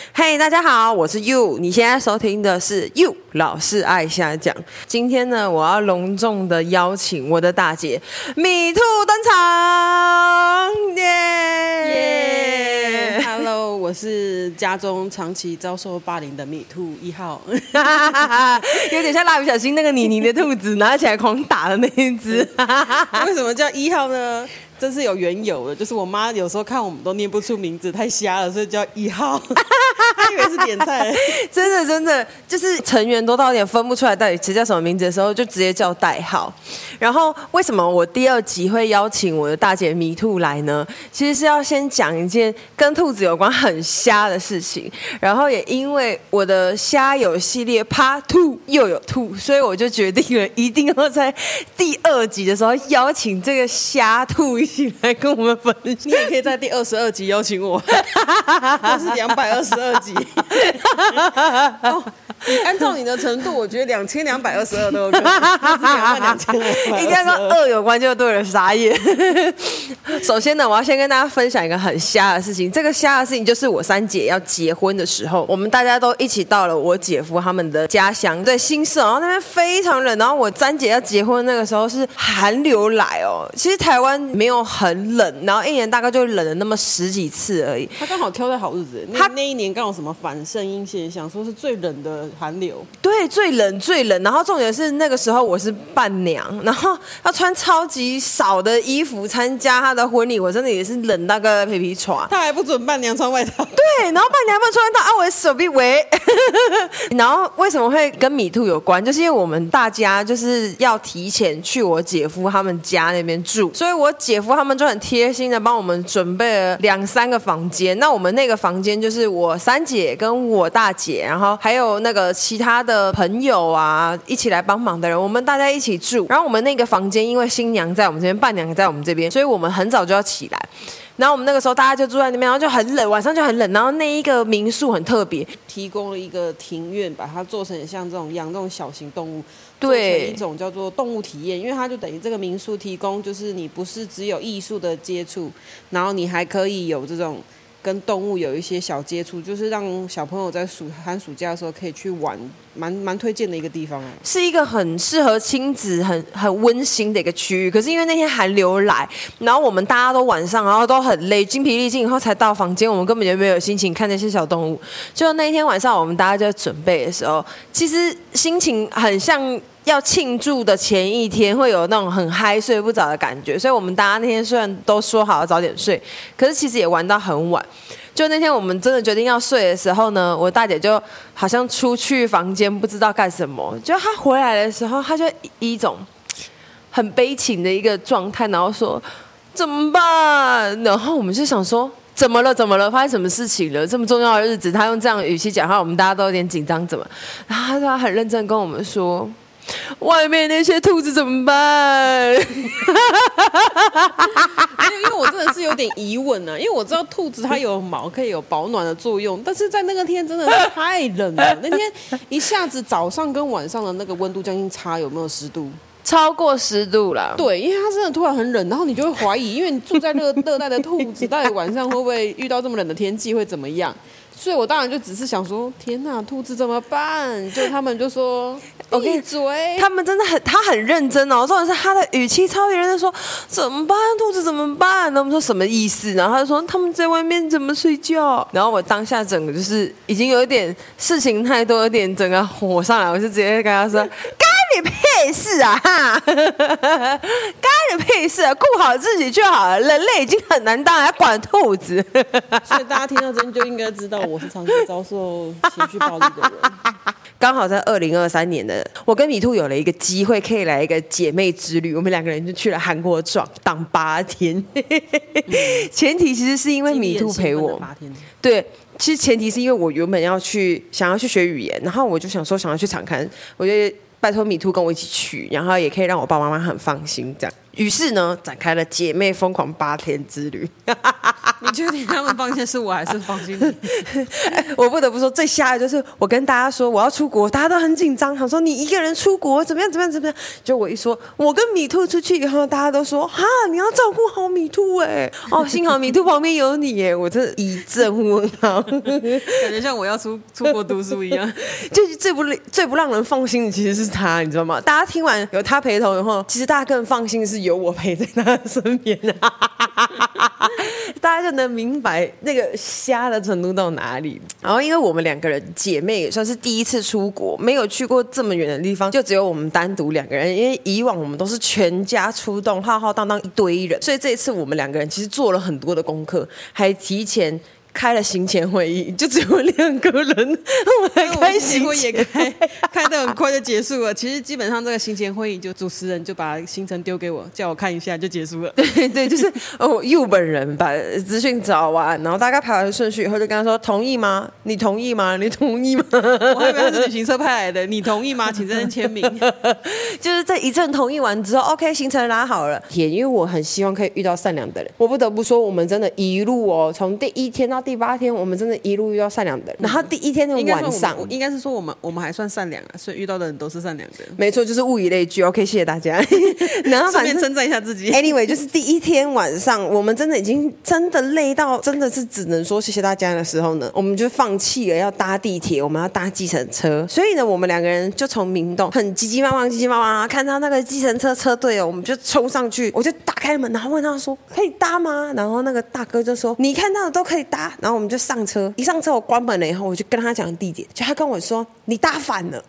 嘿，大家好，我是 You， 你现在收听的是 You 老是爱瞎讲。今天呢，我要隆重的邀请我的大姐米兔登场，耶 ！Hello， 我是家中长期遭受霸凌的米兔1号， 有点像蜡笔小新那个妮妮的兔子，拿起来狂打的那一只。 为什么叫1号呢？这是有缘由的，就是我妈有时候看我们都念不出名字，太瞎了，所以叫1号。她以为是点菜， 真的，就是成员多到有点分不出来到底其实叫什么名字的时候，就直接叫代号。然后为什么我第2集会邀请我的大姐米兔来呢？其实是要先讲一件跟兔子有关很瞎的事情。然后也因为我的瞎友系列 Part 2又有兔，所以我就决定了一定要在第2集的时候邀请这个瞎兔一起来跟我们分享。 你也可以在第22集邀请我，或是222集。哦，你按照你的程度，我觉得2222都有可能。 一定要跟2有关就对了，傻眼。首先呢，我要先跟大家分享一个很瞎的事情。这个瞎的事情就是我3姐要结婚的时候，我们大家都一起到了我姐夫他们的家乡，对，新社，然后那边非常冷。然后我3姐要结婚那个时候是寒流来哦。其实台湾没有很冷，然后1年大概就冷了那么10几次而已。 他刚好挑在好日子，那一年刚好什么反圣婴现象，说是最冷的寒流。 对，最冷。然后重点是那个时候我是伴娘，然后要穿超级少的衣服参加她的婚礼，我真的也是冷到个皮皮喘。 他还不准伴娘穿外套。 对，然后伴娘不能穿外套啊，我的手臂围。然后为什么会跟米兔有关？就是因为我们大家就是要提前去我姐夫他们家那边住，所以我姐夫他们就很贴心的帮我们准备了2-3个房间。那我们那个房间就是我3姐跟我大姐，然后还有那个其他的朋友啊，一起来帮忙的人，我们大家一起住。然后我们那个房间因为新娘在我们这边，伴娘在我们这边，所以我们很早就要起来。然后我们那个时候大家就住在那边，然后就很冷，晚上就很冷。然后那一个民宿很特别， 提供了一个庭院，把它做成像这种养这种小型动物， 对， 做成一种叫做动物体验。因为它就等于这个民宿提供，就是你不是只有艺术的接触，然后你还可以有这种跟动物有一些小接触，就是让小朋友在寒暑假的时候可以去玩，蛮推荐的一个地方啊。 是一个很适合亲子、很温馨的一个区域。可是因为那天寒流来，然后我们大家都晚上，然后都很累，精疲力尽以后才到房间，我们根本就没有心情看那些小动物。就那一天晚上，我们大家就在准备的时候，其实心情很像要庆祝的前一天，会有那种很嗨、睡不着的感觉。所以我们大家那天虽然都说好要早点睡，可是其实也玩到很晚。就那天我们真的决定要睡的时候呢，我大姐就好像出去房间不知道干什么，就她回来的时候，她就以一种很悲情的一个状态，然后说怎么办？然后我们就想说怎么了？发生什么事情了？这么重要的日子，她用这样的语气讲话，我们大家都有点紧张，怎么？然后她很认真跟我们说，外面那些兔子怎么办？ 因为我真的是有点疑问啊，因为我知道兔子它有毛，可以有保暖的作用，但是在那个天真的是太冷了。那天一下子早上跟晚上的那个温度将近差有没有10度？ 超过10度了。 对，因为它真的突然很冷，然后你就会怀疑，因为你住在热带的兔子，到底晚上会不会遇到这么冷的天气会怎么样？所以我当然就只是想说，天哪，兔子怎么办？就他们就说闭嘴， 他们真的他很认真哦，重点是他的语气超级认真，说怎么办？兔子怎么办？然后我们说什么意思？然后他就说他们在外面怎么睡觉？然后我当下整个就是已经有一点事情太多，有点整个火上来，我就直接跟他说。你屁事啊！哈，干你屁事啊！顾好自己就好了。人类已经很难当，还管兔子。 所以大家听到这就应该知道，我是长期遭受情绪暴力的人。 刚好在2023年的，我跟米兔有了一个机会，可以来一个姐妹之旅。我们2个人就去了韩国当8天。前提其实是因为米兔陪我。 8天。 对。其实前提是因为我原本想要去学语言，然后我就想说想要去场勘，我就拜托米兔跟我一起去，然后也可以让我爸爸妈妈很放心这样。 于是呢，展开了姐妹疯狂8天之旅。 你确定他们放心是我还是放心你？ 我不得不说，最吓的就是我跟大家说我要出国，大家都很紧张，想说你一个人出国怎么样怎么样怎么样。就我一说我跟米兔出去以后，大家都说哈，你要照顾好米兔哎，哦，幸好米兔旁边有你哎，我真的一阵问号，感觉像我要出国读书一样。 就是最不让人放心的其实是他，你知道吗？大家听完有他陪同以后，其实大家更放心是有我陪在他的身边大家就能明白那个瞎的程度到哪里。然后因为我们2个人姐妹也算是第一次出国，没有去过这么远的地方，就只有我们单独2个人，因为以往我们都是全家出动，浩浩荡荡一堆人，所以这一次我们2个人其实做了很多的功课，还提前开了行前会议，就只有2个人，我们还开行前会也开得很快就结束了。其实基本上这个行前会议，就主持人就把行程丢给我，叫我看一下就结束了。 对对，就是佑本人把资讯找完，然后大概排完顺序以后，就跟他说同意吗？你同意吗？你同意吗？ 我还以为他是旅行社派来的，你同意吗？请在这签名。 就是在一阵同意完之后 ，OK， 行程拉好了。因为我很希望可以遇到善良的人，我不得不说，我们真的一路从第1天到第8天，我们真的一路遇到善良的人。然后第1天的晚上， 应该是说我们还算善良啊，所以遇到的人都是善良的。 没错，就是物以类聚。OK， 谢谢大家。然后顺便称赞一下自己。 Anyway， 就是第1天晚上，我们真的已经真的累到，真的是只能说谢谢大家的时候呢，我们就放弃了要搭地铁，我们要搭计程车。所以呢，我们2个人就从明洞很急急忙忙看到那个计程车车队我们就冲上去，我就打开门，然后问他说可以搭吗？然后那个大哥就说你看到的都可以搭，然后我们就上车。一上车我关门了以后，我就跟他讲地点，就他跟我说你搭反了。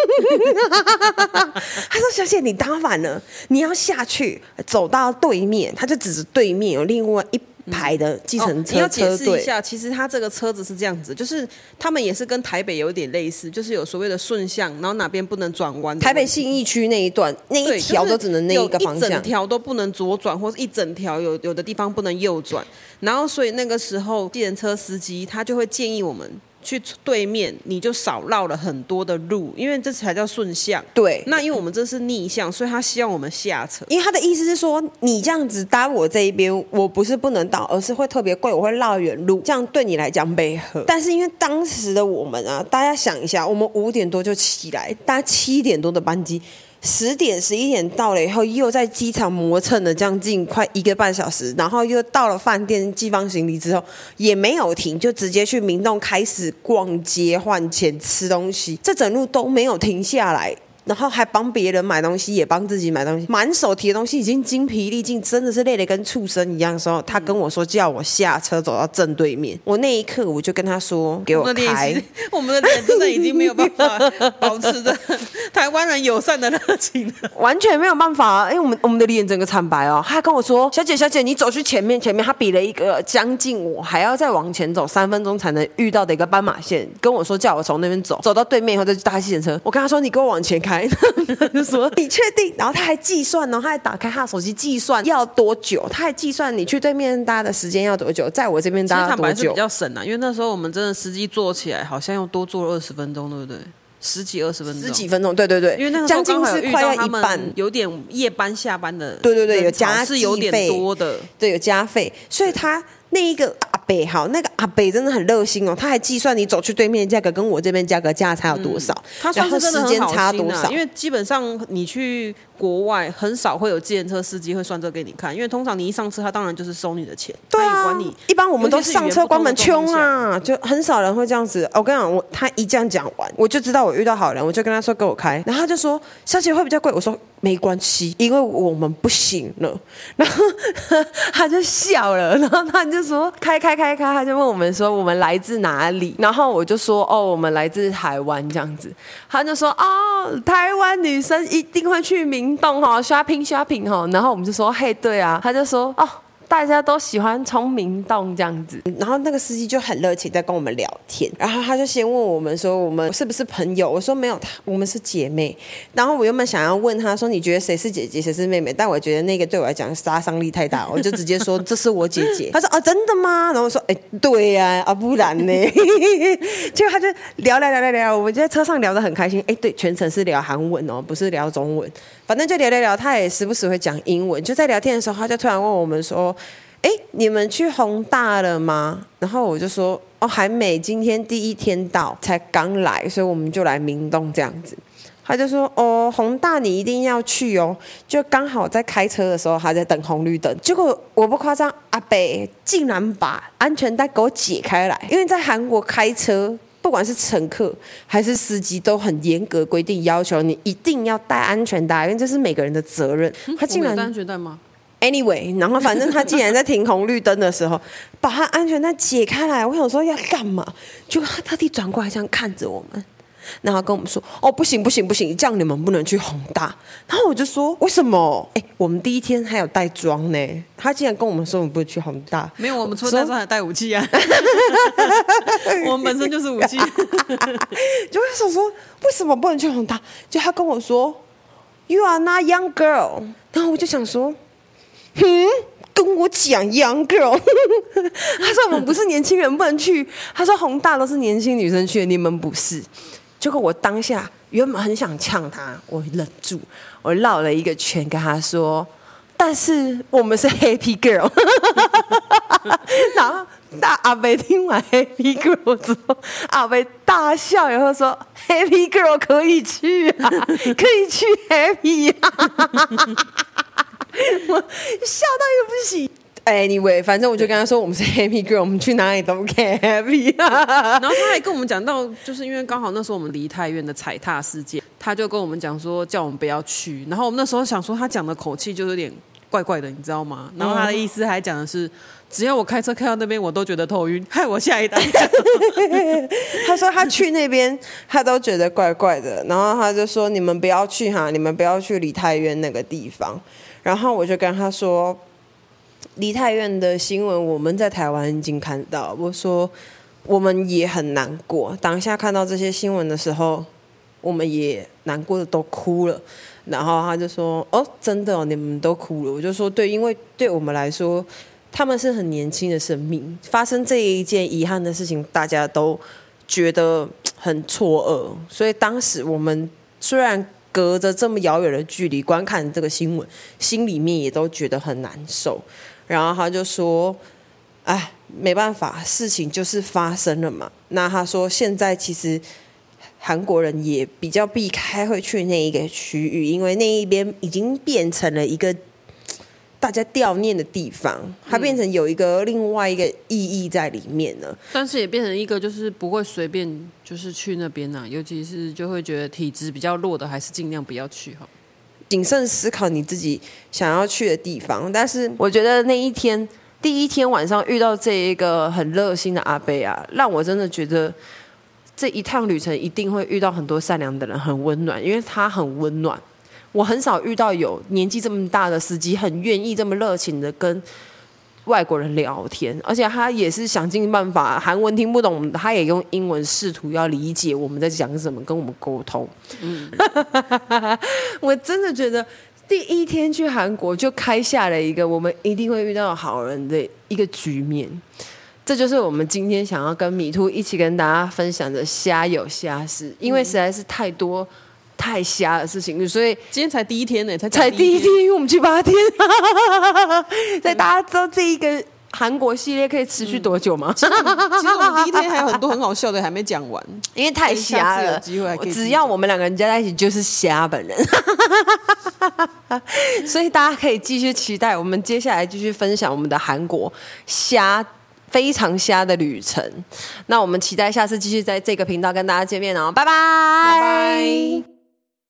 他说小姐你搭反了，你要下去走到对面，他就指着对面有另外一排的计程车车队。你要解释一下，其实他这个车子是这样子，就是他们也是跟台北有点类似，就是有所谓的顺向，然后哪边不能转弯。 台北信义区那一段那一条都只能那一个方向， 一整条都不能左转，或是一整条有的地方不能右转。然后所以那个时候计程车司机他就会建议我们去对面，你就少绕了很多的路，因为这才叫顺向。 对， 那因为我们这是逆向，所以他希望我们下车。 因为他的意思是说，你这样子搭我这一边，我不是不能到，而是会特别贵，我会绕远路，这样对你来讲没合。但是因为当时的我们啊，大家想一下，我们5点多就起来，搭7点多的班机。10点11点到了以后，又在机场磨蹭了将近快1个半小时，然后又到了饭店寄放行李之后也没有停，就直接去明洞开始逛街换钱吃东西，这整路都没有停下来。然后还帮别人买东西，也帮自己买东西，满手提的东西已经精疲力尽，真的是累得跟畜生一样的时候，他跟我说叫我下车走到正对面。我那一刻我就跟他说给我开。 我们的脸真的已经没有办法保持着台湾人友善的热情了， 完全没有办法。因为我们的脸整个惨白哦。他还跟我说小姐你走去前面，他比了一个将近我还要再往前走3分钟才能遇到的一个斑马线，跟我说叫我从那边走到对面以后再去搭计程车。我跟他说你给我往前开，他就说你确定？然后他还计算，然后他还打开他的手机计算要多久，他还计算你去对面搭的时间要多久，在我这边搭多久。其实坦白是比较省啊，因为那时候我们真的司机坐起来好像又多坐了20分钟，对不对？10几20分钟，10几分钟， 对， 因为那个时候刚好有遇到他将近是快要一半， 有点夜班下班的， 对，有加是有点多的， 对，有加费，所以他那一个阿北好，那个阿北真的很热心哦，他还计算你走去对面的价格跟我这边价格价差有多少， 他算是真的很好心啊， 然后时间差多少， 因为基本上你去国外很少会有计程车司机会算这给你看，因为通常你一上车他当然就是收你的钱， 对啊， 管你， 一般我们都上车关门冲啊，就很少人会这样子。我跟你讲，他一这样讲完，我就知道我遇到好人，我就跟他说给我开，然后他就说小姐会比较贵，我说没关系，因为我们不行了，然后他就笑了，然后他就说开，他就问我们说我们来自哪里，然后我就说我们来自台湾这样子，他就说台湾女生一定会去明洞shopping然后我们就说嘿对啊，他就说大家都喜欢聪明洞这样子。 然后那个司机就很热情在跟我们聊天，然后他就先问我们说我们是不是朋友，我说没有，我们是姐妹。然后我原本想要问他说你觉得谁是姐姐谁是妹妹，但我觉得那个对我来讲杀伤力太大，我就直接说这是我姐姐。他说啊真的吗？然后我说对呀，不然呢？结果他就聊，我们就在车上聊得很开心。对，全程是聊韩文哦，不是聊中文。反正就聊，他也时不时会讲英文。就在聊天的时候，他就突然问我们说：“你们去弘大了吗？”然后我就说：“哦，还没，今天第一天到，才刚来，所以我们就来明洞这样子。”他就说：“哦，弘大你一定要去哦。”就刚好在开车的时候，他在等红绿灯。结果我不夸张，阿北竟然把安全带给我解开来，因为在韩国开车。不管是乘客还是司机都很严格规定要求你一定要戴安全带，因为这是每个人的责任。他竟然戴安全带吗 ？Anyway， 然后反正他竟然在停红绿灯的时候把他安全带解开来，我想说要干嘛？结果他特地转过来这样看着我们。然后跟我们说哦不行，这样你们不能去弘大。然后我就说为什么？我们第一天还有带妆呢。他竟然跟我们说我们不能去弘大。 没有，我们除了带妆还带武器啊。我们本身就是武器。 就会想说为什么不能去弘大？就他跟我说 You are not young girl。然后我就想说跟我讲 young girl。 他说我们不是年轻人不能去，他说弘大都是年轻女生去的，你们不是。结果我当下原本很想呛他，我忍住，我绕了一个圈跟他说但是我们是 happy girl。 然后阿北听完 happy girl 之后，阿北大笑，然后说 happy girl 可以去啊，可以去 happy 啊。我笑到又不行。Anyway， 反正我就跟他说我们是 happy girl， 我们去哪里都可以 happy。 然后他还跟我们讲到，就是因为刚好那时候我们梨泰院的踩踏事件，他就跟我们讲说叫我们不要去。然后我们那时候想说他讲的口气就有点怪怪的，你知道吗？然后他的意思还讲的是只要我开车开到那边我都觉得头晕，害我下一单。 他说他去那边他都觉得怪怪的，然后他就说你们不要去哈，你们不要去梨泰院那个地方。然后我就跟他说梨泰院的新闻我们在台湾已经看到，我说我们也很难过，当下看到这些新闻的时候我们也难过的都哭了。然后他就说哦真的哦，你们都哭了。我就说对，因为对我们来说他们是很年轻的生命，发生这一件遗憾的事情大家都觉得很错愕，所以当时我们虽然隔着这么遥远的距离观看这个新闻，心里面也都觉得很难受。然后他就说哎，没办法，事情就是发生了嘛。那他说现在其实韩国人也比较避开会去那一个区域，因为那一边已经变成了一个大家悼念的地方，它变成有一个另外一个意义在里面了。 但是也变成一个就是不会随便就是去那边啊，尤其是就会觉得体质比较弱的还是尽量不要去哈。 谨慎思考你自己想要去的地方。但是我觉得那一天第一天晚上遇到这一个很热心的阿伯啊，让我真的觉得这一趟旅程一定会遇到很多善良的人，很温暖，因为他很温暖。我很少遇到有年纪这么大的司机很愿意这么热情的跟外国人聊天，而且他也是想尽办法，韩文听不懂他也用英文试图要理解我们在讲什么，跟我们沟通。我真的觉得第一天去韩国就开下了一个我们一定会遇到好人的一个局面。这就是我们今天想要跟米兔一起跟大家分享的虾有虾事，因为实在是太多太瞎的事情，所以今天才第一天呢， 才第一天，因为我们去8天。所以大家知道这一个韩国系列可以持续多久吗？ 其实我们第一天还有很多很好笑的还没讲完， 因为太瞎了。只要我们两个人加在一起就是瞎本人。所以大家可以继续期待我们接下来继续分享我们的韩国瞎非常瞎的旅程。那我们期待下次继续在这个频道跟大家见面哦，拜拜。